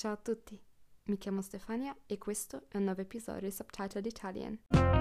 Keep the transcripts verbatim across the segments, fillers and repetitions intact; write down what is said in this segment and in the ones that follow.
Ciao a tutti, mi chiamo Stefania e questo è un nuovo episodio di Subtitled Italian.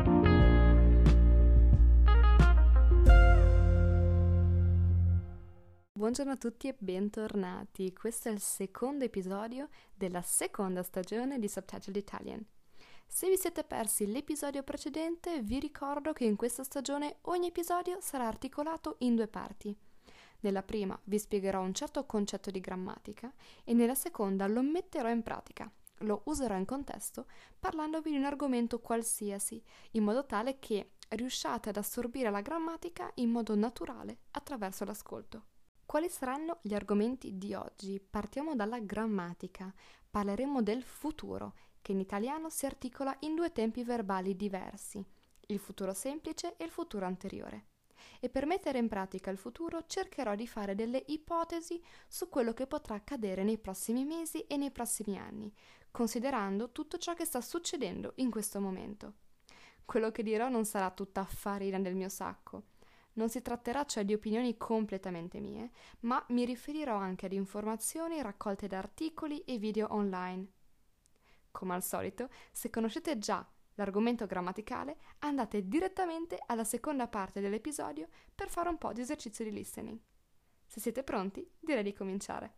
Buongiorno a tutti e bentornati, questo è il secondo episodio della seconda stagione di Subtitled Italian. Se vi siete persi l'episodio precedente, vi ricordo che in questa stagione ogni episodio sarà articolato in due parti. Nella prima vi spiegherò un certo concetto di grammatica e nella seconda lo metterò in pratica. Lo userò in contesto parlandovi di un argomento qualsiasi, in modo tale che riusciate ad assorbire la grammatica in modo naturale attraverso l'ascolto. Quali saranno gli argomenti di oggi? Partiamo dalla grammatica. Parleremo del futuro, che in italiano si articola in due tempi verbali diversi, il futuro semplice e il futuro anteriore. E per mettere in pratica il futuro cercherò di fare delle ipotesi su quello che potrà accadere nei prossimi mesi e nei prossimi anni, considerando tutto ciò che sta succedendo in questo momento. Quello che dirò non sarà tutta farina del mio sacco. Non si tratterà cioè di opinioni completamente mie, ma mi riferirò anche ad informazioni raccolte da articoli e video online. Come al solito, se conoscete già l'argomento grammaticale, andate direttamente alla seconda parte dell'episodio per fare un po' di esercizio di listening. Se siete pronti, direi di cominciare.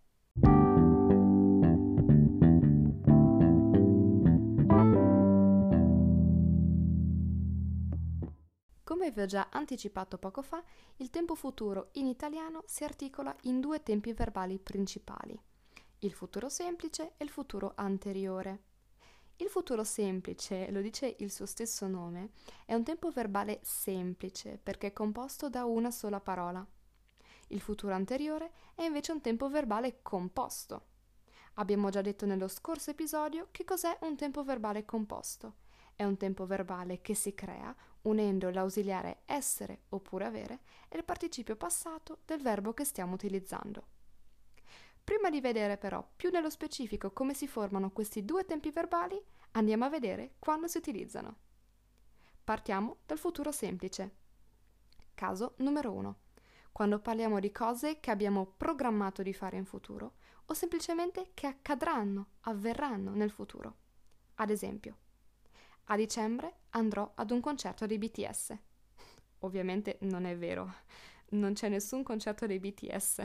Come vi ho già anticipato poco fa, il tempo futuro in italiano si articola in due tempi verbali principali, il futuro semplice e il futuro anteriore. Il futuro semplice, lo dice il suo stesso nome, è un tempo verbale semplice perché è composto da una sola parola. Il futuro anteriore è invece un tempo verbale composto. Abbiamo già detto nello scorso episodio che cos'è un tempo verbale composto. È un tempo verbale che si crea unendo l'ausiliare essere oppure avere e il participio passato del verbo che stiamo utilizzando. Prima di vedere però più nello specifico come si formano questi due tempi verbali, andiamo a vedere quando si utilizzano. Partiamo dal futuro semplice. Caso numero uno. Quando parliamo di cose che abbiamo programmato di fare in futuro o semplicemente che accadranno, avverranno nel futuro. Ad esempio, a dicembre andrò ad un concerto dei B T S. Ovviamente non è vero, non c'è nessun concerto dei B T S.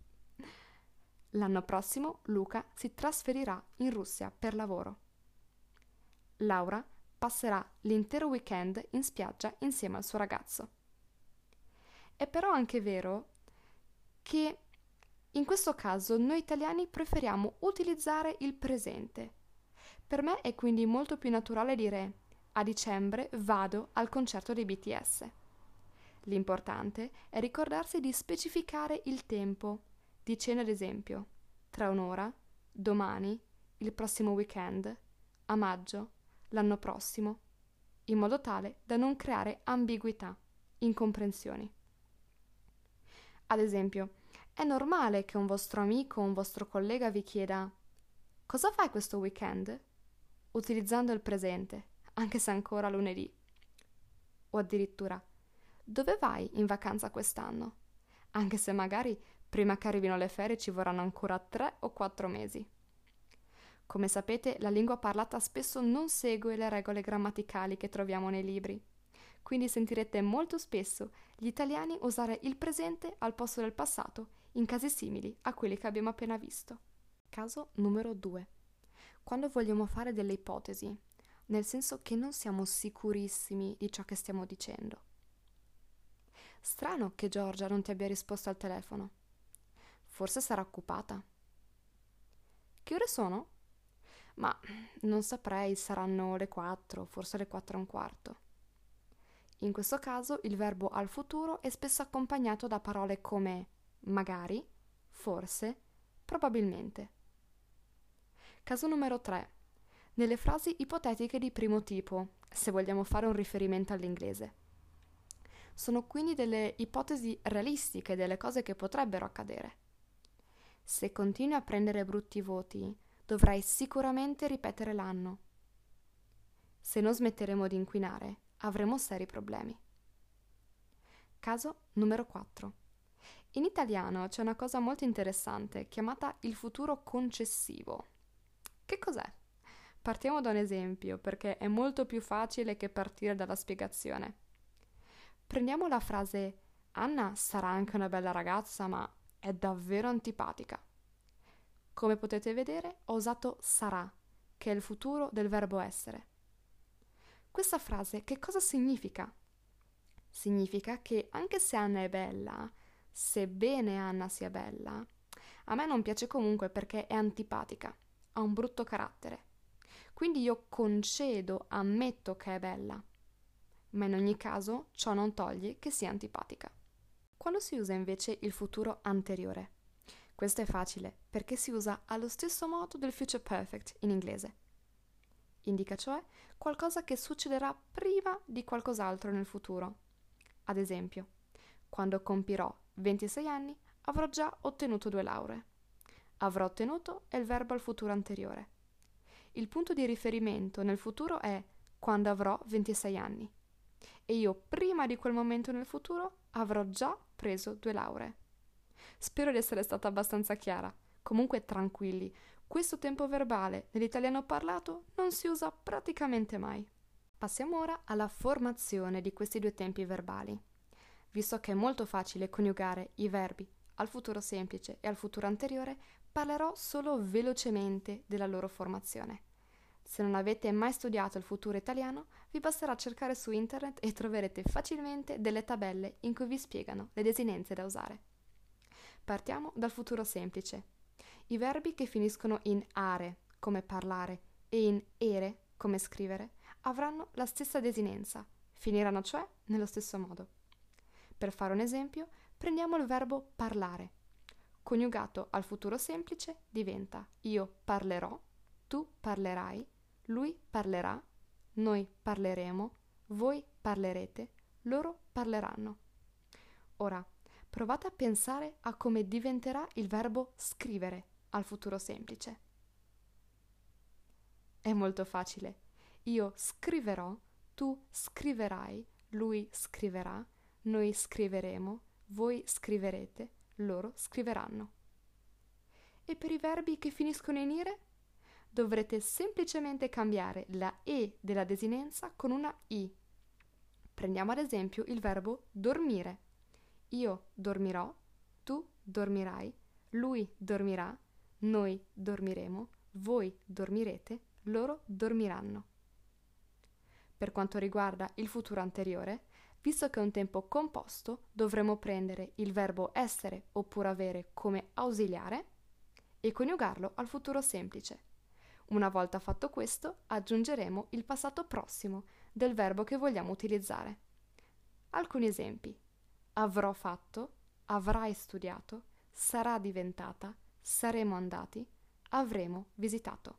L'anno prossimo Luca si trasferirà in Russia per lavoro. Laura passerà l'intero weekend in spiaggia insieme al suo ragazzo. È però anche vero che in questo caso noi italiani preferiamo utilizzare il presente. Per me è quindi molto più naturale dire a dicembre vado al concerto dei B T S. L'importante è ricordarsi di specificare il tempo, dicendo ad esempio tra un'ora, domani, il prossimo weekend, a maggio, l'anno prossimo, in modo tale da non creare ambiguità, incomprensioni. Ad esempio, è normale che un vostro amico o un vostro collega vi chieda «Cosa fai questo weekend?» utilizzando il presente, anche se ancora lunedì. O addirittura «Dove vai in vacanza quest'anno?» anche se magari prima che arrivino le ferie ci vorranno ancora tre o quattro mesi. Come sapete, la lingua parlata spesso non segue le regole grammaticali che troviamo nei libri, quindi sentirete molto spesso gli italiani usare il presente al posto del passato in casi simili a quelli che abbiamo appena visto. Caso numero due. Quando vogliamo fare delle ipotesi, nel senso che non siamo sicurissimi di ciò che stiamo dicendo. Strano che Giorgia non ti abbia risposto al telefono. Forse sarà occupata. Che ore sono? Ma non saprei, saranno le quattro, forse le quattro e un quarto. In questo caso il verbo al futuro è spesso accompagnato da parole come magari, forse, probabilmente. Caso numero tre. Nelle frasi ipotetiche di primo tipo, se vogliamo fare un riferimento all'inglese. Sono quindi delle ipotesi realistiche delle cose che potrebbero accadere. Se continui a prendere brutti voti, dovrai sicuramente ripetere l'anno. Se non smetteremo di inquinare, avremo seri problemi. Caso numero quattro. In italiano c'è una cosa molto interessante chiamata il futuro concessivo. cos'è? Partiamo da un esempio, perché è molto più facile che partire dalla spiegazione. Prendiamo la frase Anna sarà anche una bella ragazza, ma è davvero antipatica. Come potete vedere, ho usato sarà, che è il futuro del verbo essere. Questa frase che cosa significa? Significa che anche se Anna è bella, sebbene Anna sia bella, a me non piace comunque perché è antipatica, ha un brutto carattere. Quindi io concedo, ammetto che è bella, ma in ogni caso ciò non toglie che sia antipatica. Quando si usa invece il futuro anteriore? Questo è facile perché si usa allo stesso modo del future perfect in inglese. Indica cioè qualcosa che succederà prima di qualcos'altro nel futuro. Ad esempio, quando compirò ventisei anni avrò già ottenuto due lauree. Avrò ottenuto è il verbo al futuro anteriore. Il punto di riferimento nel futuro è quando avrò ventisei anni. E io prima di quel momento nel futuro avrò già preso due lauree. Spero di essere stata abbastanza chiara. Comunque tranquilli, questo tempo verbale nell'italiano parlato non si usa praticamente mai. Passiamo ora alla formazione di questi due tempi verbali. Visto che è molto facile coniugare i verbi al futuro semplice e al futuro anteriore, parlerò solo velocemente della loro formazione. Se non avete mai studiato il futuro italiano, vi basterà cercare su internet e troverete facilmente delle tabelle in cui vi spiegano le desinenze da usare. Partiamo dal futuro semplice. I verbi che finiscono in are, come parlare, e in ere, come scrivere, avranno la stessa desinenza, finiranno cioè nello stesso modo. Per fare un esempio, prendiamo il verbo parlare. Coniugato al futuro semplice diventa io parlerò, tu parlerai, lui parlerà, noi parleremo, voi parlerete, loro parleranno. Ora, provate a pensare a come diventerà il verbo scrivere al futuro semplice. È molto facile. Io scriverò, tu scriverai, lui scriverà, noi scriveremo, voi scriverete, loro scriveranno. E per i verbi che finiscono in ire? Dovrete semplicemente cambiare la E della desinenza con una I. Prendiamo ad esempio il verbo dormire. Io dormirò, tu dormirai, lui dormirà, noi dormiremo, voi dormirete, loro dormiranno. Per quanto riguarda il futuro anteriore, visto che è un tempo composto, dovremo prendere il verbo essere oppure avere come ausiliare e coniugarlo al futuro semplice. Una volta fatto questo, aggiungeremo il passato prossimo del verbo che vogliamo utilizzare. Alcuni esempi. Avrò fatto, avrai studiato, sarà diventata, saremo andati, avremo visitato.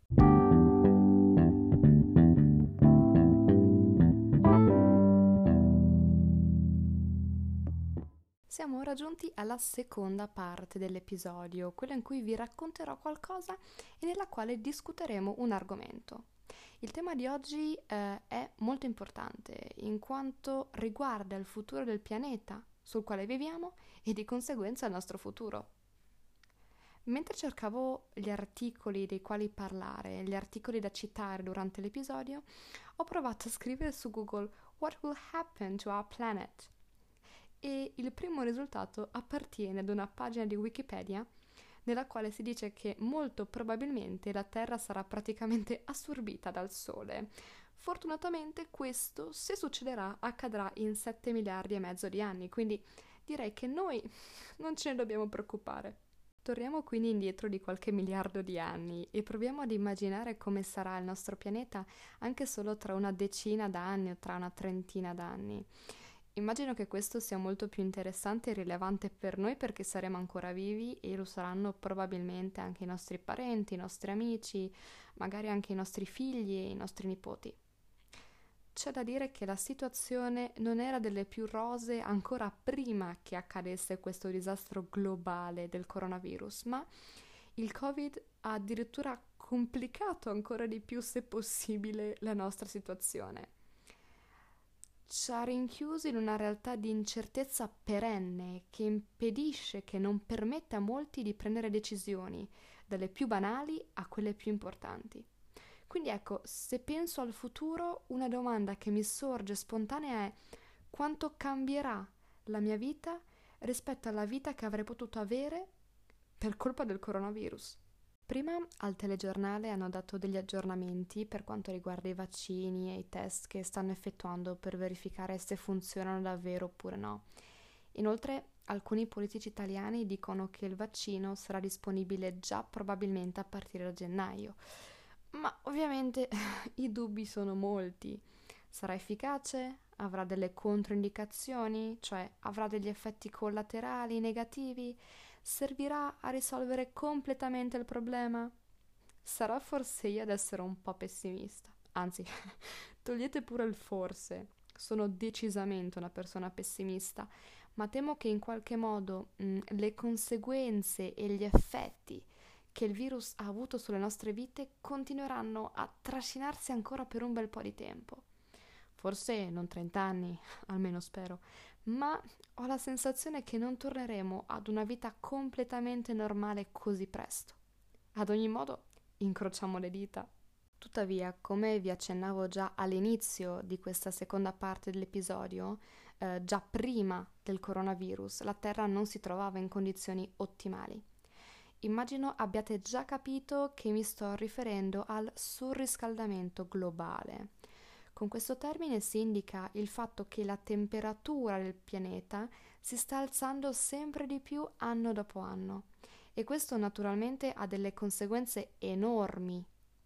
Siamo ora giunti alla seconda parte dell'episodio, quella in cui vi racconterò qualcosa e nella quale discuteremo un argomento. Il tema di oggi eh, è molto importante in quanto riguarda il futuro del pianeta sul quale viviamo e di conseguenza il nostro futuro. Mentre cercavo gli articoli dei quali parlare, gli articoli da citare durante l'episodio, ho provato a scrivere su Google "What will happen to our planet?" e il primo risultato appartiene ad una pagina di Wikipedia nella quale si dice che molto probabilmente la Terra sarà praticamente assorbita dal Sole. Fortunatamente questo, se succederà, accadrà in sette miliardi e mezzo di anni, quindi direi che noi non ce ne dobbiamo preoccupare. Torniamo quindi indietro di qualche miliardo di anni e proviamo ad immaginare come sarà il nostro pianeta anche solo tra una decina d'anni o tra una trentina d'anni. Immagino che questo sia molto più interessante e rilevante per noi perché saremo ancora vivi e lo saranno probabilmente anche i nostri parenti, i nostri amici, magari anche i nostri figli e i nostri nipoti. C'è da dire che la situazione non era delle più rosee ancora prima che accadesse questo disastro globale del coronavirus, ma il Covid ha addirittura complicato ancora di più, se possibile, la nostra situazione. Ci ha rinchiusi in una realtà di incertezza perenne che impedisce, che non permette a molti di prendere decisioni, dalle più banali a quelle più importanti. Quindi ecco, se penso al futuro, una domanda che mi sorge spontanea è: quanto cambierà la mia vita rispetto alla vita che avrei potuto avere per colpa del coronavirus? Prima al telegiornale hanno dato degli aggiornamenti per quanto riguarda i vaccini e i test che stanno effettuando per verificare se funzionano davvero oppure no. Inoltre, alcuni politici italiani dicono che il vaccino sarà disponibile già probabilmente a partire da gennaio. Ma ovviamente i dubbi sono molti. Sarà efficace? Avrà delle controindicazioni? Cioè avrà degli effetti collaterali negativi? Servirà a risolvere completamente il problema? Sarà forse io ad essere un po' pessimista. Anzi, togliete pure il forse. Sono decisamente una persona pessimista, ma temo che in qualche modo mh, le conseguenze e gli effetti che il virus ha avuto sulle nostre vite continueranno a trascinarsi ancora per un bel po' di tempo. Forse non trenta anni, almeno spero, ma ho la sensazione che non torneremo ad una vita completamente normale così presto. Ad ogni modo, incrociamo le dita. Tuttavia, come vi accennavo già all'inizio di questa seconda parte dell'episodio, eh, già prima del coronavirus, la Terra non si trovava in condizioni ottimali. Immagino abbiate già capito che mi sto riferendo al surriscaldamento globale. Con questo termine si indica il fatto che la temperatura del pianeta si sta alzando sempre di più anno dopo anno e questo naturalmente ha delle conseguenze enormi.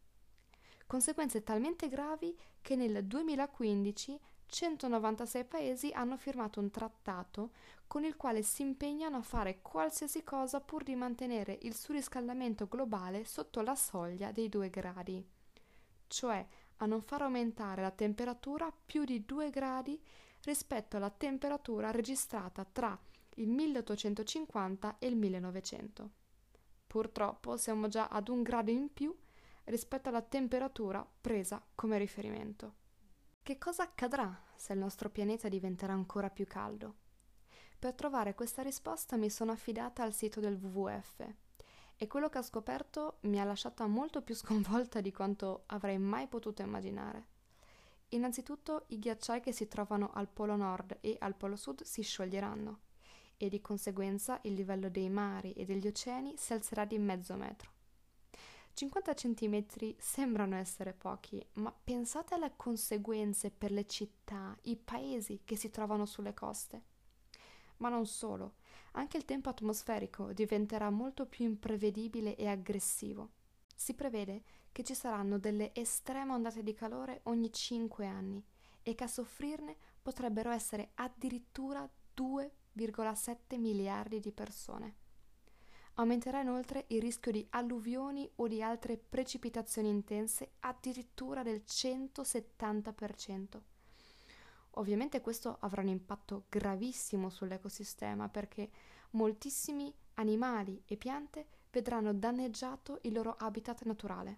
Conseguenze talmente gravi che nel duemilaquindici centonovantasei paesi hanno firmato un trattato con il quale si impegnano a fare qualsiasi cosa pur di mantenere il surriscaldamento globale sotto la soglia dei due gradi, cioè a non far aumentare la temperatura più di due gradi rispetto alla temperatura registrata tra il milleottocentocinquanta e il millenovecento. Purtroppo siamo già ad un grado in più rispetto alla temperatura presa come riferimento. Che cosa accadrà se il nostro pianeta diventerà ancora più caldo? Per trovare questa risposta mi sono affidata al sito del W W F e quello che ho scoperto mi ha lasciata molto più sconvolta di quanto avrei mai potuto immaginare. Innanzitutto i ghiacciai che si trovano al Polo Nord e al Polo Sud si scioglieranno e di conseguenza il livello dei mari e degli oceani si alzerà di mezzo metro. cinquanta centimetri sembrano essere pochi, ma pensate alle conseguenze per le città, i paesi che si trovano sulle coste. Ma non solo, anche il tempo atmosferico diventerà molto più imprevedibile e aggressivo. Si prevede che ci saranno delle estreme ondate di calore ogni cinque anni e che a soffrirne potrebbero essere addirittura due virgola sette miliardi di persone. Aumenterà inoltre il rischio di alluvioni o di altre precipitazioni intense addirittura del centosettanta per cento. Ovviamente questo avrà un impatto gravissimo sull'ecosistema perché moltissimi animali e piante vedranno danneggiato il loro habitat naturale.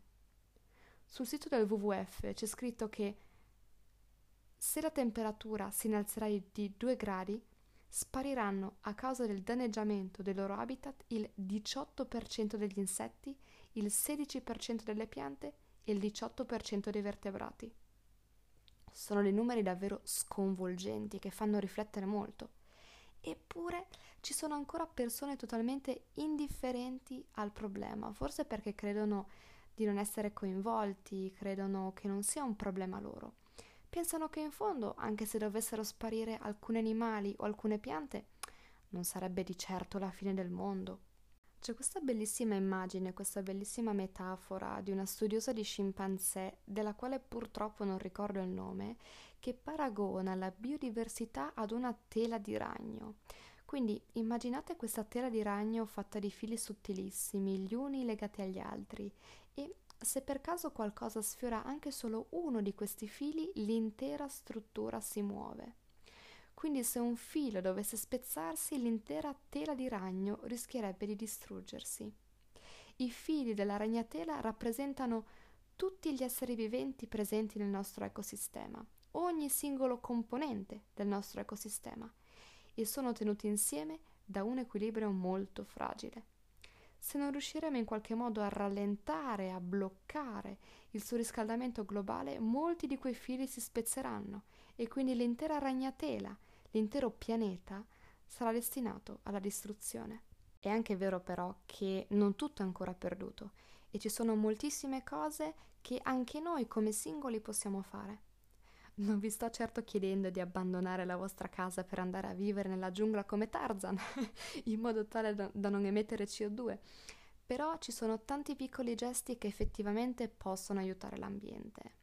Sul sito del W W F c'è scritto che se la temperatura si innalzerà di due gradi, spariranno a causa del danneggiamento del loro habitat il diciotto per cento degli insetti, il sedici per cento delle piante e il diciotto per cento dei vertebrati. Sono dei numeri davvero sconvolgenti che fanno riflettere molto. Eppure ci sono ancora persone totalmente indifferenti al problema, forse perché credono di non essere coinvolti, credono che non sia un problema loro. Pensano che in fondo, anche se dovessero sparire alcuni animali o alcune piante, non sarebbe di certo la fine del mondo. C'è questa bellissima immagine, questa bellissima metafora di una studiosa di scimpanzé, della quale purtroppo non ricordo il nome, che paragona la biodiversità ad una tela di ragno. Quindi immaginate questa tela di ragno fatta di fili sottilissimi, gli uni legati agli altri, e se per caso qualcosa sfiora anche solo uno di questi fili, l'intera struttura si muove. Quindi se un filo dovesse spezzarsi, l'intera tela di ragno rischierebbe di distruggersi. I fili della ragnatela rappresentano tutti gli esseri viventi presenti nel nostro ecosistema, ogni singolo componente del nostro ecosistema, e sono tenuti insieme da un equilibrio molto fragile. se non riusciremo in qualche modo a rallentare, a bloccare il surriscaldamento globale, molti di quei fili si spezzeranno e quindi l'intera ragnatela, l'intero pianeta sarà destinato alla distruzione. È anche vero però che non tutto è ancora perduto e ci sono moltissime cose che anche noi come singoli possiamo fare. Non vi sto certo chiedendo di abbandonare la vostra casa per andare a vivere nella giungla come Tarzan, in modo tale da, da non emettere C O due, però ci sono tanti piccoli gesti che effettivamente possono aiutare l'ambiente.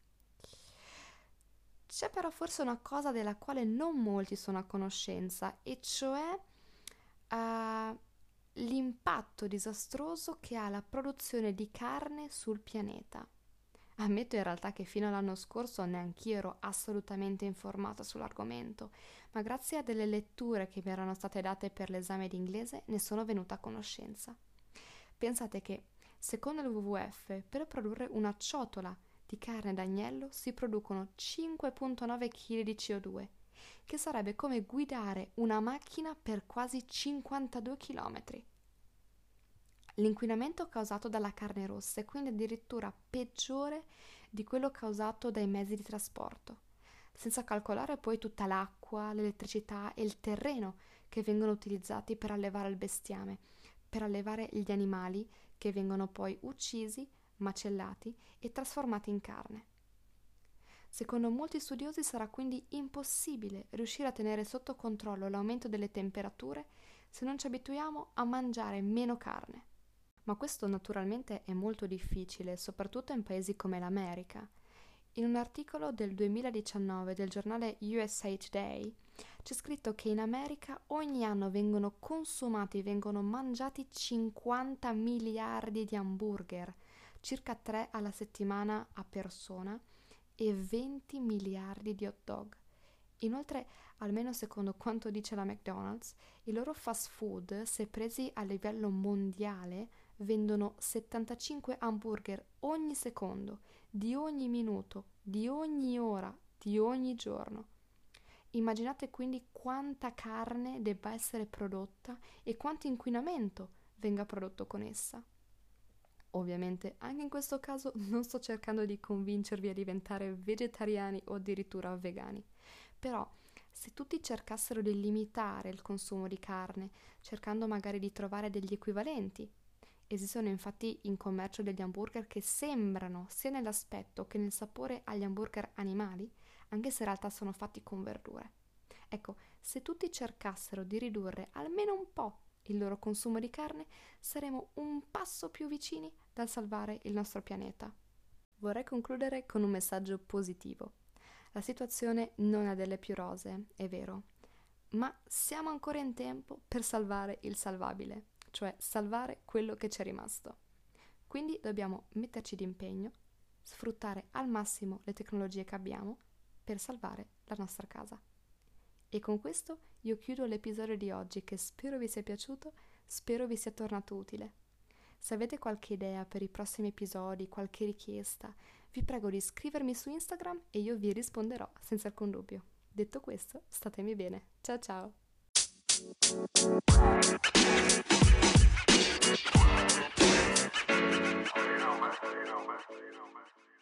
C'è però forse una cosa della quale non molti sono a conoscenza, e cioè uh, l'impatto disastroso che ha la produzione di carne sul pianeta. Ammetto in realtà che fino all'anno scorso neanch'io ero assolutamente informata sull'argomento, ma grazie a delle letture che mi erano state date per l'esame di inglese ne sono venuta a conoscenza. Pensate che, secondo il W W F, per produrre una ciotola di carne d'agnello si producono cinque virgola nove chili di C O due, che sarebbe come guidare una macchina per quasi cinquantadue chilometri. L'inquinamento causato dalla carne rossa è quindi addirittura peggiore di quello causato dai mezzi di trasporto, senza calcolare poi tutta l'acqua, l'elettricità e il terreno che vengono utilizzati per allevare il bestiame, per allevare gli animali che vengono poi uccisi, macellati e trasformati in carne. Secondo molti studiosi sarà quindi impossibile riuscire a tenere sotto controllo l'aumento delle temperature se non ci abituiamo a mangiare meno carne. Ma questo naturalmente è molto difficile, soprattutto in paesi come l'America. In un articolo del duemiladiciannove del giornale U S A Today c'è scritto che in America ogni anno vengono consumati, vengono mangiati cinquanta miliardi di hamburger, circa tre alla settimana a persona, e venti miliardi di hot dog. Inoltre, almeno secondo quanto dice la McDonald's, i loro fast food, se presi a livello mondiale, vendono settantacinque hamburger ogni secondo, di ogni minuto, di ogni ora, di ogni giorno. Immaginate quindi quanta carne debba essere prodotta e quanto inquinamento venga prodotto con essa. Ovviamente, anche in questo caso non sto cercando di convincervi a diventare vegetariani o addirittura vegani, però se tutti cercassero di limitare il consumo di carne, cercando magari di trovare degli equivalenti. Esistono infatti in commercio degli hamburger che sembrano sia nell'aspetto che nel sapore agli hamburger animali, anche se in realtà sono fatti con verdure. Ecco, se tutti cercassero di ridurre almeno un po' il loro consumo di carne, saremo un passo più vicini dal salvare il nostro pianeta. Vorrei concludere con un messaggio positivo. La situazione non è delle più rosee, è vero, ma siamo ancora in tempo per salvare il salvabile, cioè salvare quello che ci è rimasto. Quindi dobbiamo metterci d'impegno, sfruttare al massimo le tecnologie che abbiamo per salvare la nostra casa. E con questo io chiudo l'episodio di oggi, che spero vi sia piaciuto, spero vi sia tornato utile. Se avete qualche idea per i prossimi episodi, qualche richiesta, vi prego di scrivermi su Instagram e io vi risponderò senza alcun dubbio. Detto questo, statemi bene. Ciao ciao! You know, man. You know, man. You know, man.